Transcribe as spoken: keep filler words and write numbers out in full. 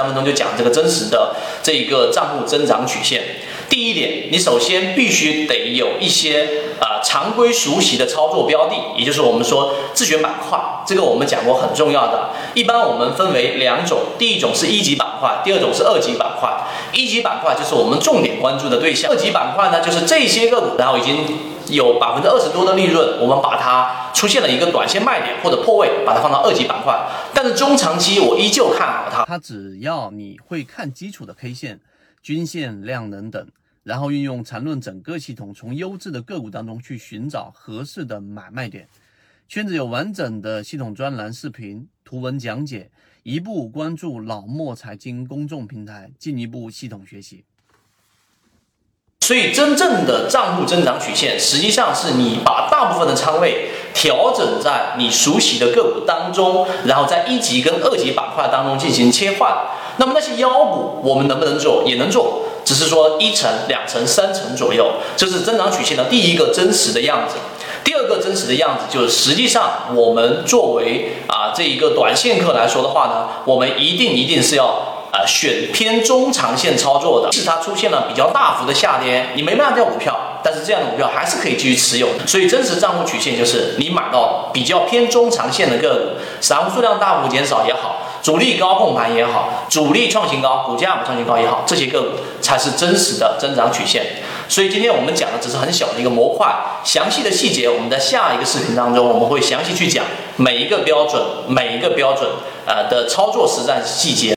三分钟就讲这个真实的这一个账户增长曲线。第一点，你首先必须得有一些呃常规熟悉的操作标的，也就是我们说自选板块，这个我们讲过很重要的。一般我们分为两种，第一种是一级板块，第二种是二级板块。一级板块就是我们重点关注的对象，二级板块呢就是这些个股，然后已经有百分之二十多的利润，我们把它出现了一个短线卖点或者破位，把它放到二级板块。但是中长期我依旧看好它。 它只要你会看基础的 K 线、均线、量能等，然后运用缠论整个系统，从优质的个股当中去寻找合适的买卖点。圈子有完整的系统专栏、视频、图文讲解，一步关注老莫财经公众平台，进一步系统学习。 所以真正的账户增长曲线，实际上是你把大部分的仓位调整在你熟悉的个股当中，然后在一级跟二级板块当中进行切换。那么那些妖股我们能不能做？也能做，只是说一成、两成、三成左右，这是增长曲线的第一个真实的样子。第二个真实的样子就是，实际上我们作为啊这一个短线客来说的话呢，我们一定一定是要。呃，选偏中长线操作的，即使它出现了比较大幅的下跌，你没卖掉股票，但是这样的股票还是可以继续持有。所以真实账户曲线就是你买到比较偏中长线的个股，散户数量大幅减少也好，主力高控盘也好，主力创新高，股价不创新高也好，这些个股才是真实的增长曲线。所以今天我们讲的只是很小的一个模块，详细的细节我们在下一个视频当中我们会详细去讲每一个标准、每一个标准呃的操作实战细节。